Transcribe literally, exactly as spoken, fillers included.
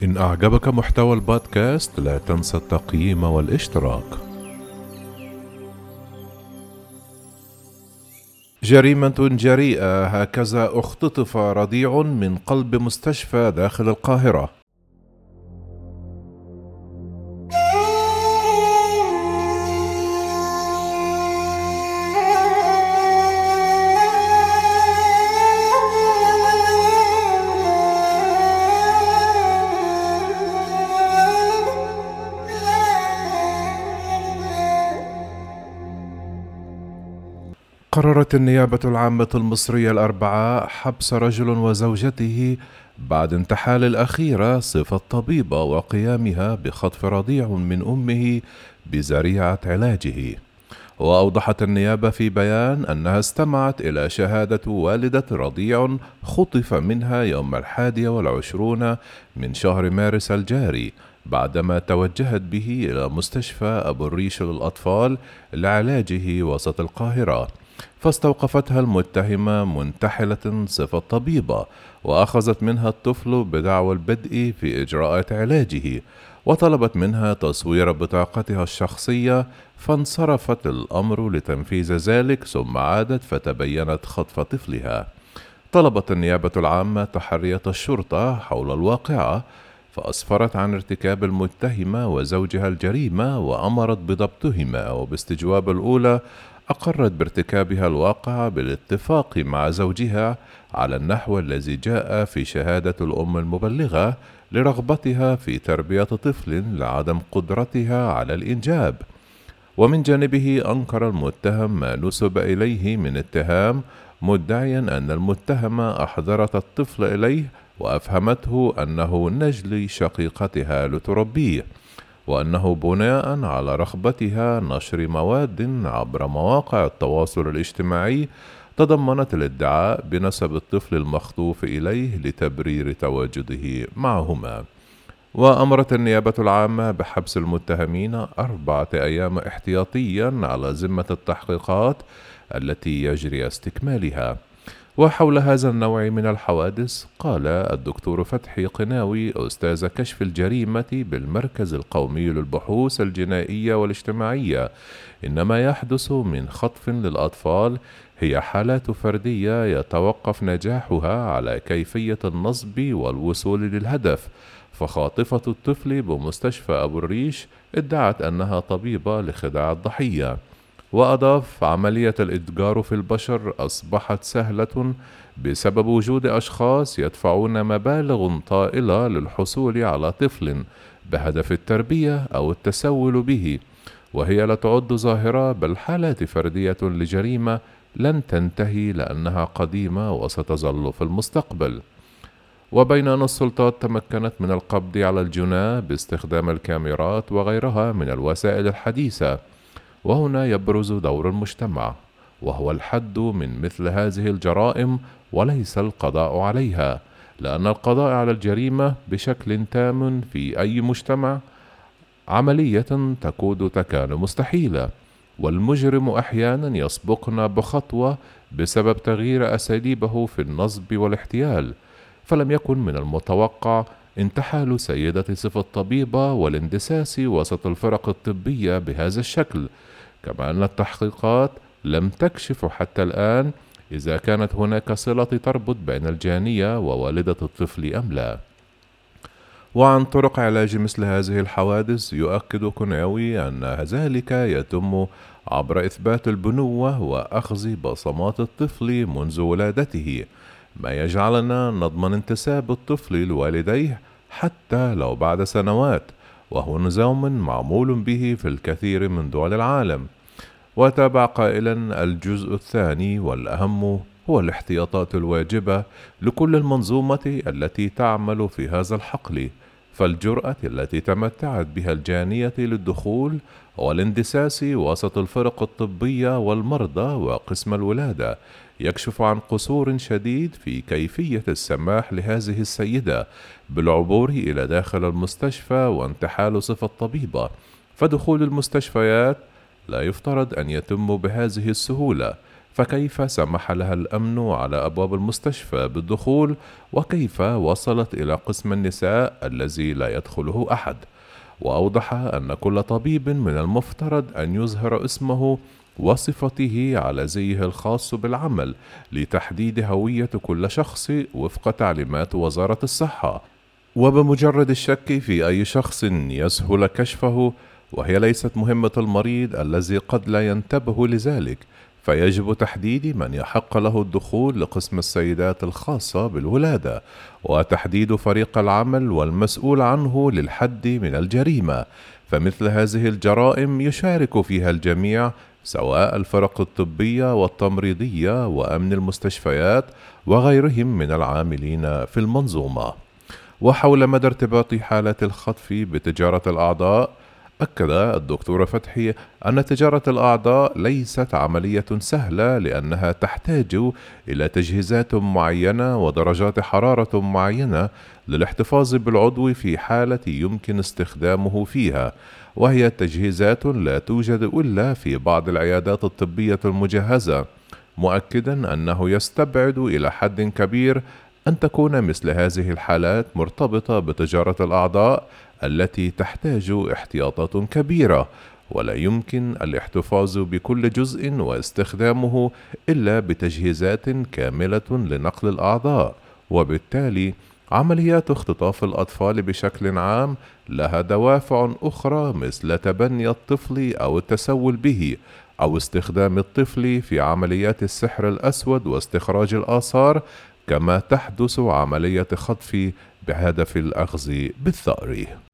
إن أعجبك محتوى البودكاست لا تنسى التقييم والاشتراك. جريمة جريئة، هكذا اختطف رضيع من قلب مستشفى داخل القاهرة. قررت النيابة العامة المصرية الأربعاء حبس رجل وزوجته بعد انتحال الأخيرة صفة طبيبة وقيامها بخطف رضيع من أمه بذريعة علاجه. وأوضحت النيابة في بيان أنها استمعت إلى شهادة والدة رضيع خطف منها يوم الحادي والعشرون من شهر مارس الجاري، بعدما توجهت به إلى مستشفى أبو الريش للأطفال لعلاجه وسط القاهرة، فاستوقفتها المتهمة منتحلة صفة طبيبة، وأخذت منها الطفل بدعوى البدء في إجراءات علاجه، وطلبت منها تصوير بطاقتها الشخصية، فانصرفت الأمر لتنفيذ ذلك، ثم عادت فتبينت خطف طفلها. طلبت النيابة العامة تحرية الشرطة حول الواقعة، فأسفرت عن ارتكاب المتهمة وزوجها الجريمة، وأمرت بضبطهما، وباستجواب الأولى أقرت بارتكابها الواقعة بالاتفاق مع زوجها على النحو الذي جاء في شهادة الأم المبلغة لرغبتها في تربية طفل لعدم قدرتها على الإنجاب. ومن جانبه أنكر المتهم ما نسب إليه من اتهام، مدعيا أن المتهمة أحضرت الطفل إليه وأفهمته أنه نجل شقيقتها لتربيه، وأنه بناء على رغبتها نشر مواد عبر مواقع التواصل الاجتماعي تضمنت الادعاء بنسب الطفل المخطوف إليه لتبرير تواجده معهما. وأمرت النيابة العامة بحبس المتهمين أربعة أيام احتياطيا على ذمة التحقيقات التي يجري استكمالها. وحول هذا النوع من الحوادث قال الدكتور فتحي قناوي، أستاذ كشف الجريمة بالمركز القومي للبحوث الجنائية والاجتماعية: إن ما يحدث من خطف للأطفال هي حالات فردية يتوقف نجاحها على كيفية النصب والوصول للهدف، فخاطفة الطفل بمستشفى أبو الريش ادعت أنها طبيبة لخداع الضحية. وأضاف: عملية الإتجار في البشر أصبحت سهلة بسبب وجود أشخاص يدفعون مبالغ طائلة للحصول على طفل بهدف التربية أو التسول به، وهي لا تعد ظاهرة بل حالات فردية لجريمة لن تنتهي لأنها قديمة وستظل في المستقبل. وبين أن السلطات تمكنت من القبض على الجناة باستخدام الكاميرات وغيرها من الوسائل الحديثة، وهنا يبرز دور المجتمع، وهو الحد من مثل هذه الجرائم وليس القضاء عليها، لأن القضاء على الجريمة بشكل تام في أي مجتمع عملية تكاد تكون مستحيلة، والمجرم أحيانا يسبقنا بخطوة بسبب تغيير أساليبه في النصب والاحتيال. فلم يكن من المتوقع انتحال سيدة صفة طبيبة والاندساس وسط الفرق الطبية بهذا الشكل، كما أن التحقيقات لم تكشف حتى الآن إذا كانت هناك صلة تربط بين الجانية ووالدة الطفل أم لا. وعن طرق علاج مثل هذه الحوادث يؤكد قناوي أن ذلك يتم عبر إثبات البنوة وأخذ بصمات الطفل منذ ولادته، ما يجعلنا نضمن انتساب الطفل لوالديه حتى لو بعد سنوات، وهو نظام معمول به في الكثير من دول العالم. وتابع قائلا: الجزء الثاني والأهم هو الاحتياطات الواجبة لكل المنظومة التي تعمل في هذا الحقل، فالجرأة التي تمتعت بها الجانية للدخول والاندساس وسط الفرق الطبية والمرضى وقسم الولادة يكشف عن قصور شديد في كيفية السماح لهذه السيدة بالعبور إلى داخل المستشفى وانتحال صفة طبيبة، فدخول المستشفيات لا يفترض أن يتم بهذه السهولة، فكيف سمح لها الأمن على أبواب المستشفى بالدخول؟ وكيف وصلت إلى قسم النساء الذي لا يدخله أحد؟ وأوضح أن كل طبيب من المفترض أن يظهر اسمه وصفته على زيه الخاص بالعمل لتحديد هوية كل شخص وفق تعليمات وزارة الصحة، وبمجرد الشك في أي شخص يسهل كشفه، وهي ليست مهمة المريض الذي قد لا ينتبه لذلك، فيجب تحديد من يحق له الدخول لقسم السيدات الخاصة بالولادة، وتحديد فريق العمل والمسؤول عنه للحد من الجريمة. فمثل هذه الجرائم يشارك فيها الجميع، سواء الفرق الطبية والتمريضية وأمن المستشفيات وغيرهم من العاملين في المنظومة. وحول مدى ارتباط حالة الخطف بتجارة الأعضاء، أكد الدكتور فتحي أن تجارة الأعضاء ليست عملية سهلة، لأنها تحتاج إلى تجهيزات معينة ودرجات حرارة معينة للاحتفاظ بالعضو في حالة يمكن استخدامه فيها، وهي تجهيزات لا توجد إلا في بعض العيادات الطبية المجهزة، مؤكدا أنه يستبعد إلى حد كبير أن تكون مثل هذه الحالات مرتبطة بتجارة الأعضاء التي تحتاج احتياطات كبيرة، ولا يمكن الاحتفاظ بكل جزء واستخدامه إلا بتجهيزات كاملة لنقل الأعضاء. وبالتالي عمليات اختطاف الأطفال بشكل عام لها دوافع أخرى، مثل تبني الطفل أو التسول به، أو استخدام الطفل في عمليات السحر الأسود واستخراج الآثار، كما تحدث عملية خطف بهدف الأخذ بالثأر.